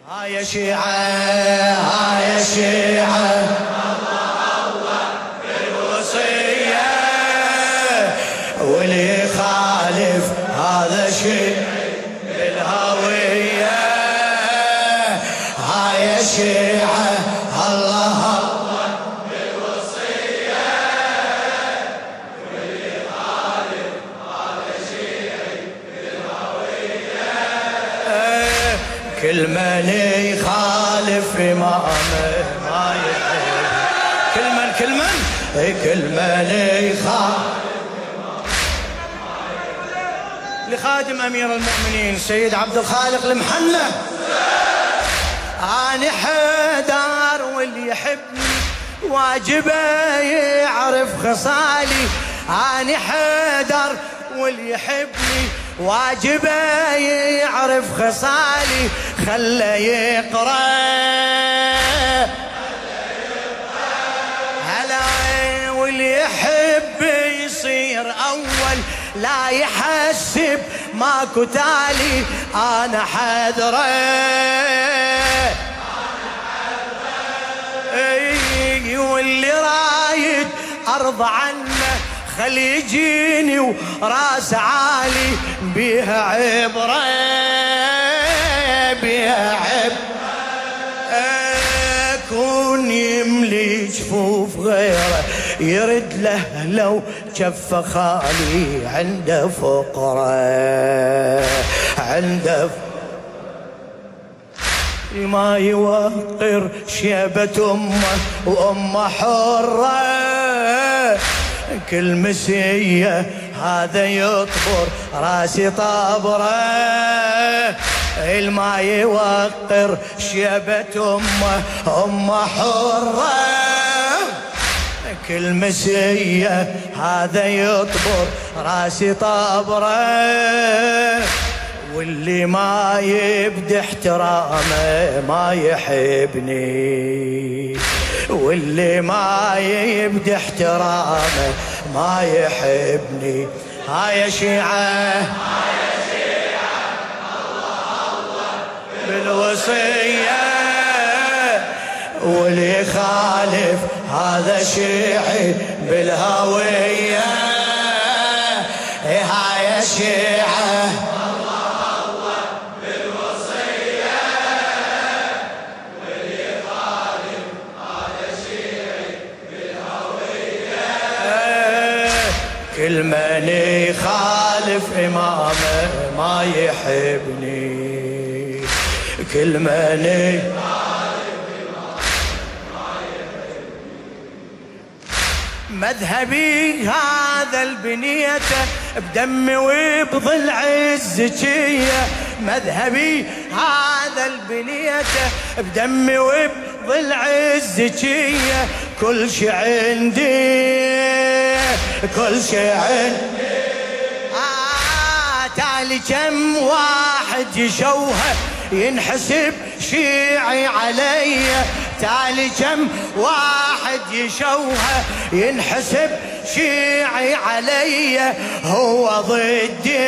يا شيعة يا شيعة الله بالوصية، واللي يخالف هذا شيعي بالهوية. يا شيعة الله بالوصية، واللي يخالف هذا شيعي بالهوية. كل من يخالف إمامه ما يحب، كل من يخالف لخادم أمير المؤمنين سيد عبد الخالق المحنة. أنا حيدر واللي يحبني واجبه يعرف خصالي. أنا حيدر واللي يحبني واجبه يعرف خصالي. خله يقرأ هلا، واللي يحب يصير أول لا يحسب ماكو تالي. أنا حذره واللي رايد أرضى عنه خلي يجيني وراس عالي. بيها عبرة بيها عبرة، كون يملي جفوف غيره يرد له لو جف خالي. عنده فقرة عنده ما يوقر شيبة أمه وأمه حرة. كل مسية هذا يطبر راسي طابرة. الما يوقر شيبة أمه حرة. كل مسية هذا يطبر راسي طابرة. واللي ما يبدي احترامه ما يحبني، واللي ما يبدي احترامه ما يحبني. يا شيعة الله بالوصية، واللي يخالف هذا شيعي بالهوية. يا شيعة كل من يخالف إمامه ما يحبني، كل من يخالف إمامه ما يحبني. مذهبي هذا البنيته بدمي وبضلع الزكية. مذهبي هذا البنيته بدمي وبضلع الزكية. كل شي عندي كل شي عندي. تالي كم واحد يشوه ينحسب شيعي علي. تالي كم واحد يشوه ينحسب شيعي علي. هو ضدي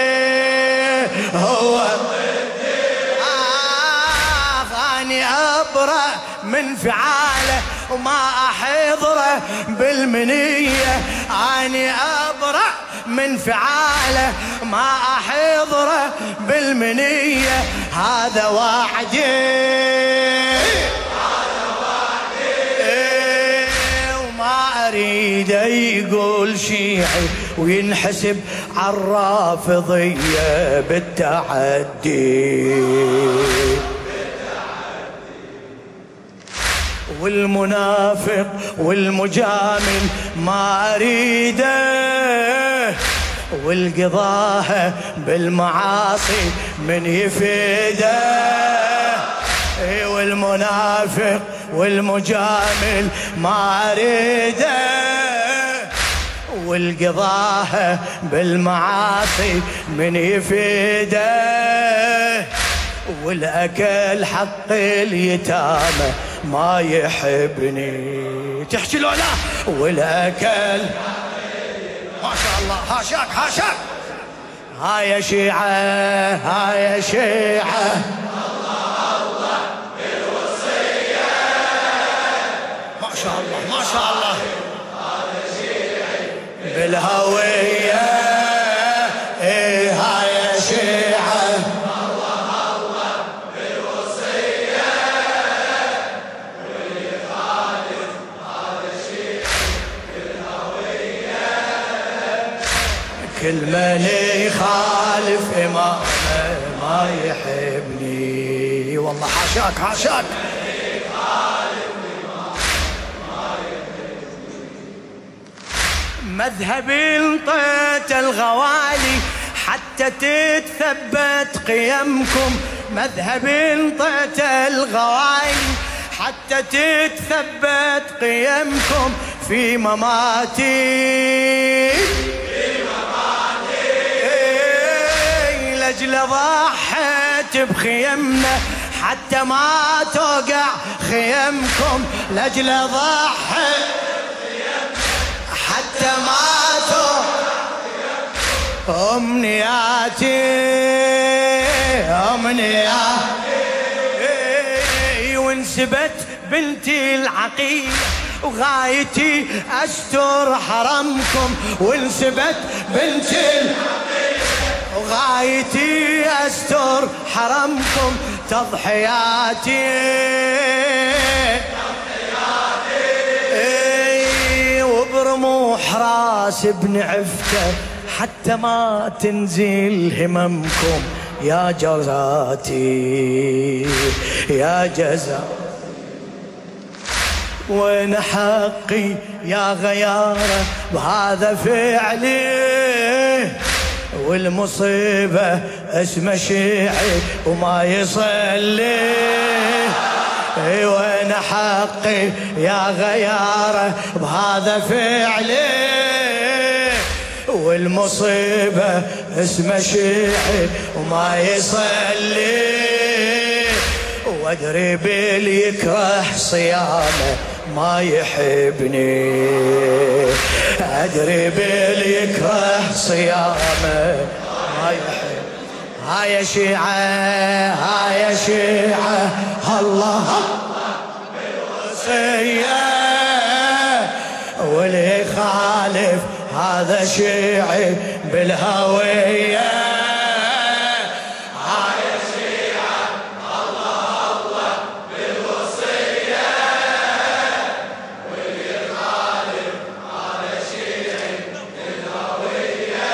هو ضدي. أني أبرأ من فعاله وما أحضره بالمنية. أني أبرأ من فعاله ما أحضره بالمنية. هذا وعدي وما أريد يقول شيعي وينحسب عالرافضية بالتعدي. والمنافق والمجامل ما أريده، والقضاها بالمعاصي من يفيده. والمنافق والمجامل ما أريده، والقضاها بالمعاصي من يفيده. والأكل حق اليتامى ما يحبني. تحكي له لا. والأكل ما شاء الله هاشاك هاشاك. يا شيعة يا شيعة الله بالهوية. هاي يا شيعة الله الله بالوصية، واللي يخالف هذا الشيء بالهوية. كل من يخالف إمامه ما يحبني. والله حاشاك حاشاك. مذهبي انطيت الغوالي حتى تتثبت قيمكم. مذهبي انطيت الغوالي حتى تتثبت قيمكم. في مماتي لأجل ضحيت بخيمنا حتى ما توقع خيمكم. لأجل ضحيت حتى ما توقع أمنياتي وانسبت بنتي العقيل وغايتي أستر حرمكم. وانسبت بنتي وغايتي أستر حرمكم. تضحياتي وبرموح راس ابن عفته حتى ما تنزل هممكم. يا جزاتي يا جزا وين حقي يا غيارة بهذا فعلي. والمصيبة اسمه شيعي وما يصلي. وين حقي يا غيارة بهذا فعلي. والمصيبة اسمه شيعي وما يصلي. وادري باللي يكره صيامه ما يحبني. ادري باللي يكره صيامه ما يحب. هاي يا شيعة هاي يا شيعة الله بالوصية. واللي يخالف هذا شيعي بالهوية. هاي يا شيعة الله الله بالوصية، واللي يخالف هذا شيعي بالهوية.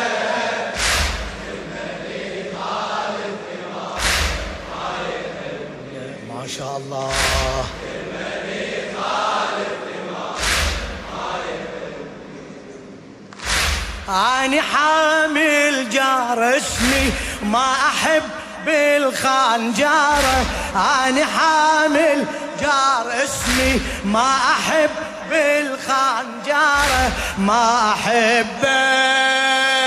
المهدي يخالف إمام ما يحبني. ما شاء الله. المهدي يخالف إمام ما يحبني. أنا حامل جار اسمي ما أحب بالخان جاره. أنا حامل جار اسمي ما أحب بالخان جاره. ما أحبه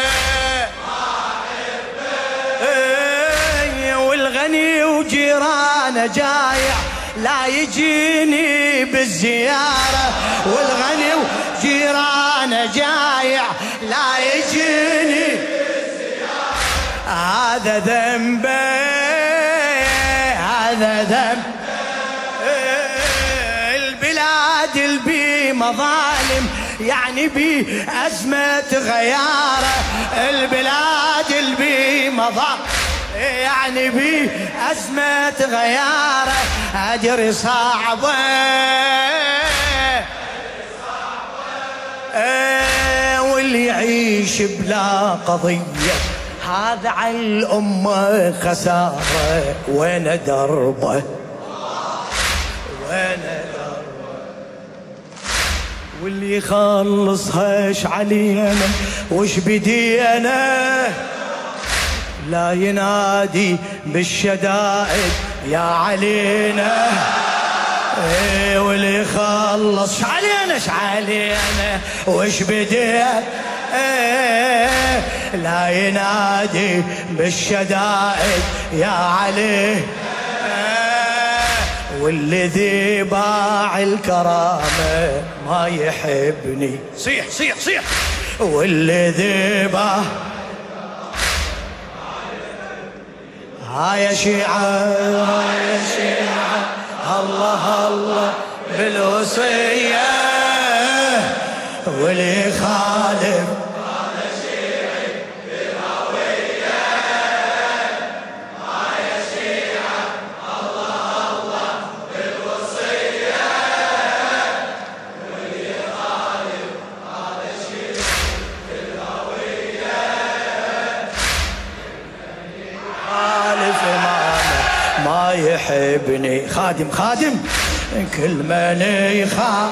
والغني وجيرانه جايع لا يجيني بالزيارة. والغني وجيرانه جايع لا يجيني بالزيارة. هذا ذنبي هذا ذنب. البلاد البي مظالم يعني بي أزمة غيارة. البلاد البي مظالم يعني بي أزمة غيارة. أجري صعبة واللي يعيش بلا قضية هذا على الأمة خسارة. وين دربه وين دربه. واللي يخلصها ايش علينا وش بدينا. لا ينادي بالشدائد يا علينا. واللي يخلص علينا علينا وش بدينا. لا ينادي بالشدائد يا علي. والذي باع الكرامة ما يحبني. صيح صيح صيح. والذي باع هاي يا شيعة هاي يا شيعة الله الله بالوصية. واللي خالف يحبني. خادم خادم كل من يخاف.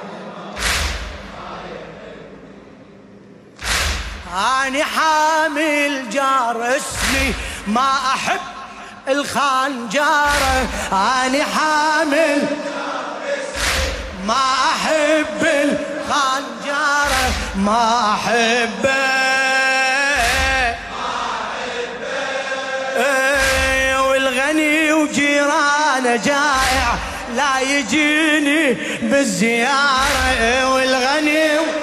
أنا حامل جار اسمي ما أحب الخان جاره. أنا حامل ما أحب الخان جاره. ما أحبه والغني وجيرانه جائع لا يجيني بالزيارة. والغني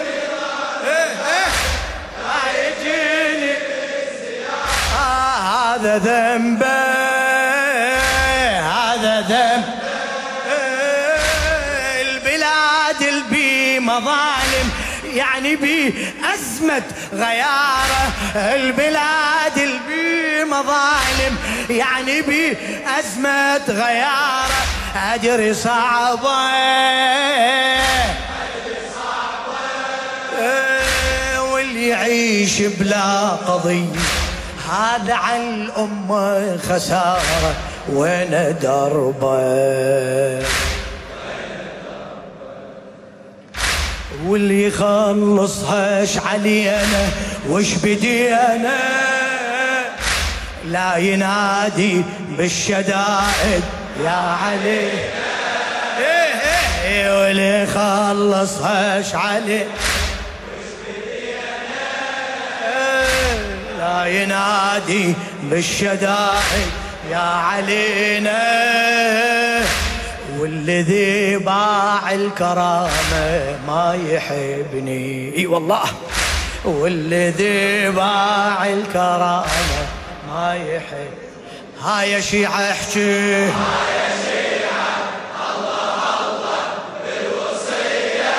لا يجيني بالزيارة. هذا ذنبه هذا ذنب. البلاد البي مظالم يعني بي أزمة غيارة. البلاد البي مظالم يعني بي أزمة غيارة. أدري صعبة واللي يعيش بلا قضية هذا على الأمة خسارة. وين دربه واللي يخلصها اش علينا وش بدي انا. لا ينادي بالشدائد يا علي. واللي يخلصها اش علي وش بدي انا. لا ينادي بالشدائد يا علينا. والذي باع الكرامة ما يحبني. اي والله والذي باع الكرامة ما يحب. هاي يا شيعة احكي. هاي يا شيعة الله الله بالوصية.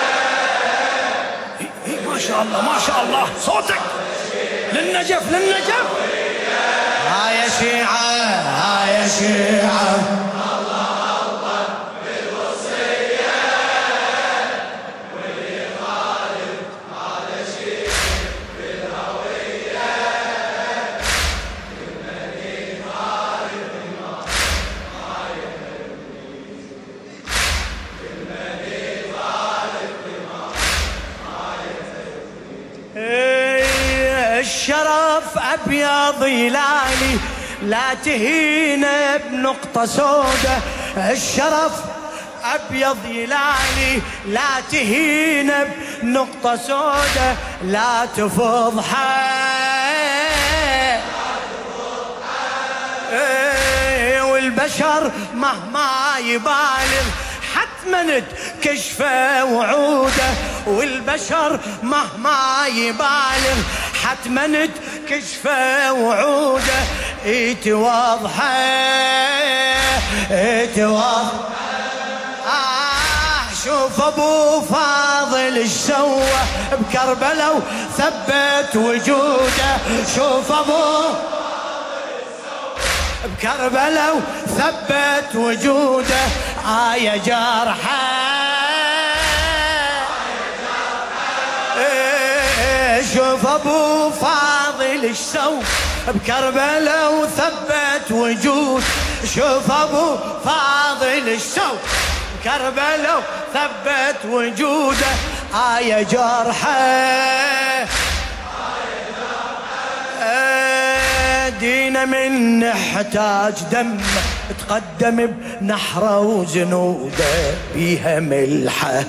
ما شاء الله ما شاء الله صوتك للنجف للنجف. هاي يا شيعة هاي يا شيعة الشرف أبيض يلالي لا تهينا بنقطة سودة. الشرف أبيض يلالي لا تهينا بنقطة سودة. لا تفضحه والبشر مهما يبالغ حتما تكشفه وعوده. والبشر مهما يبالغ حتما تكشفه وعوده. يتوضحه يتوضحه. شوف ابو فاضل ايش سوى بكربلاء وثبت وجوده. شوف ابو بكربلاء وثبت وجوده. يا جرحه شوف ابو فاضل ايش سوى بكربلاء وثبت وجود. شوف ابو فاضل ايش سوى بكربلاء وثبت وجوده. يا جرحه دينا من نحتاج دم تقدم بنحره وجنوده. بيها ملحه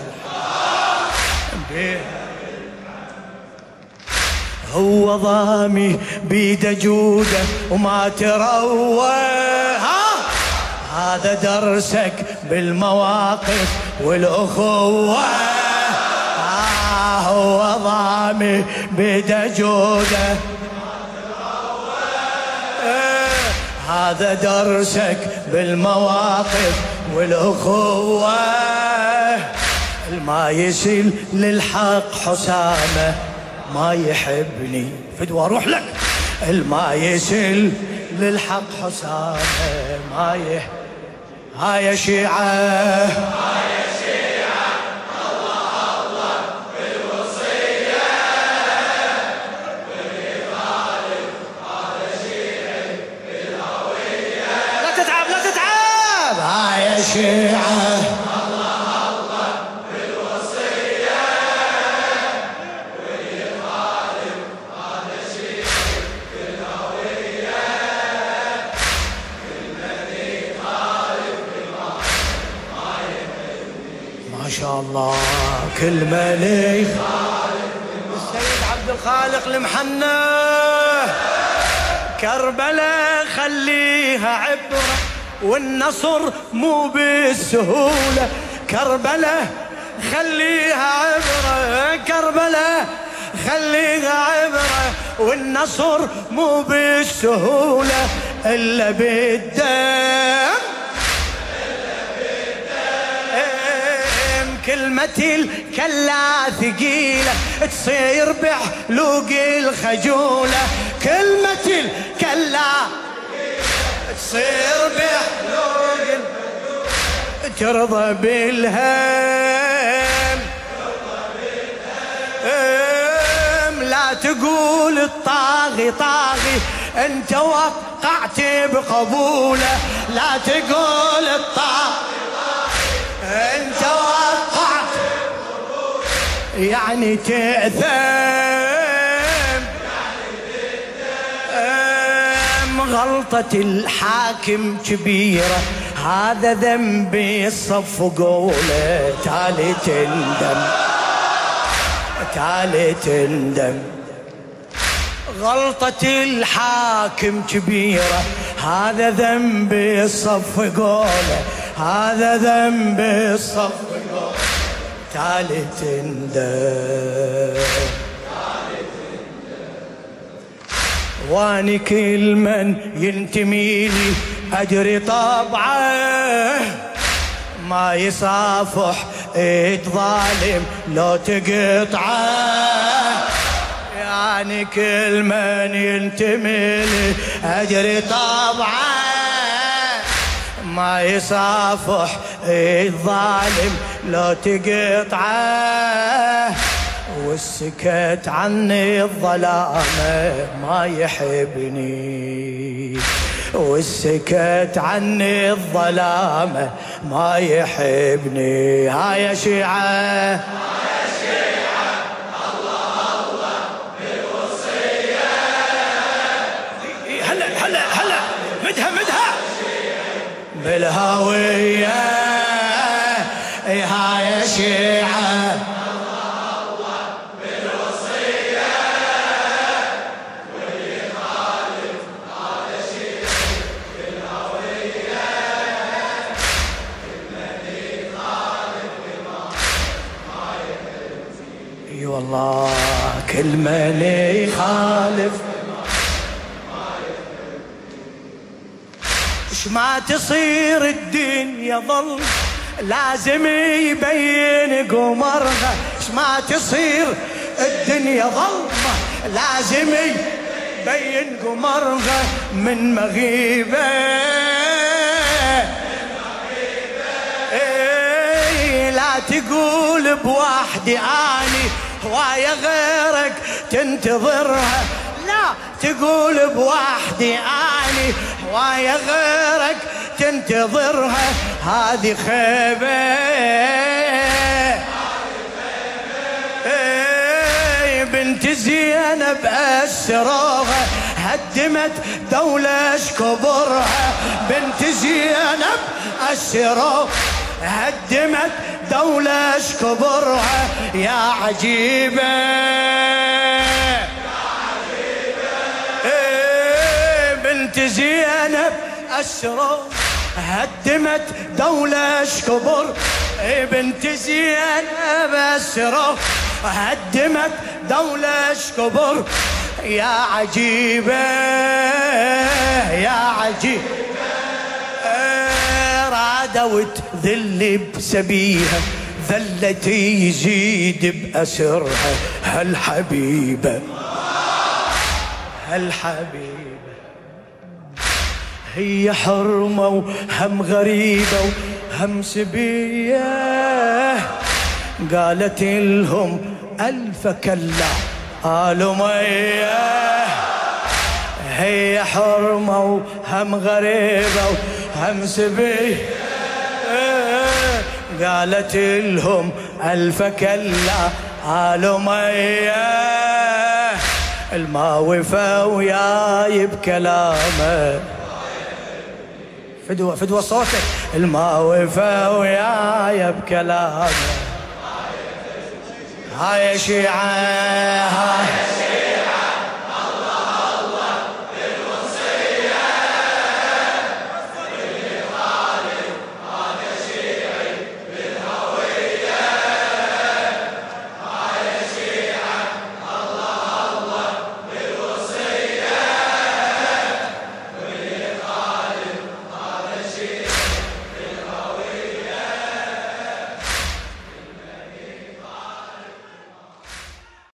هو ضامي بيده جوده وما تروى. هذا درسك بالمواقف والأخوة. هو ضامي بيده جوده هذا درسك بالمواقف والأخوة. الما يسيل للحق حسامه ما يحبني. فدوى اروح لك. الما يسيل للحق حسامه ما يحب. هاي يا شيعة هاي يا شيعة الله الله بالوصية. واللي خالف هذا شيعي بالهوية. لا تتعب لا تتعب. يا شيعة ما شاء الله كل ملك السيد عبد الخالق المحنى كربلاء خليها عبرة والنصر مو بالسهولة كربلاء خليها عبرة كربلاء خليها عبرة والنصر مو بالسهولة إلا بالدم كلمة الكلا ثقيلة تصير بحلوق الخجولة كلمة الكلا تصير بحلوق ترضى بالهم لا تقول الطاغي طاغي انت وقعت بقبوله لا تقول الطاغي انت وقعت يعني تأثم غلطة الحاكم كبيرة هذا ذنبي الصف قوله تالي تندم تالي تندم غلطة الحاكم كبيرة هذا ذنبي الصف قوله هذا ذنب الصف تالي تندم واني كل من ينتميلي أدري طبعه ما يصافح ايد ظالم لو تقطعه يعني كل من ينتميلي أدري طبعه ما يصافح الظالم لو تقطعه والسكت عني الظلامة ما يحبني والسكت عني الظلامة ما يحبني ها يا شيعة بالهوية ها يا شيعة الله بالوصية واللي خالف هذا شيء بالهوية الذي خالف ما يحب اي والله كل من يخالف ما تصير الدنيا ظل لازم يبين قمرها ما تصير الدنيا ظلمة لازم يبين قمرها من مغيبة لا تقول بوحدي اني هواية غيرك تنتظرها لا تقول بوحدي اني هواية غيرك تنتظرها هذه خيبة بنت زينب أسروها هدمت دولة كبرها بنت زينب أسروها هدمت دولة كبرها يا عجيبة بنت زينب أسرى هدمت دولة كبر بنت زينب أسرى هدمت دولة كبر يا عجيبة يا عجيبة رادوا تذل بسبيها ذلت يزيد بأسرها هالحبيبة هالحبيبة هي حرمة وهم غريبة وهم سبية قالت لهم ألف كلا قالوا مية هي حرمة وهم غريبة وهم سبية قالت لهم ألف كلا آل مية الما وفى وياي بكلامه فدوى صوتك الما وفى وياي بكلامه هاي شيعة هاي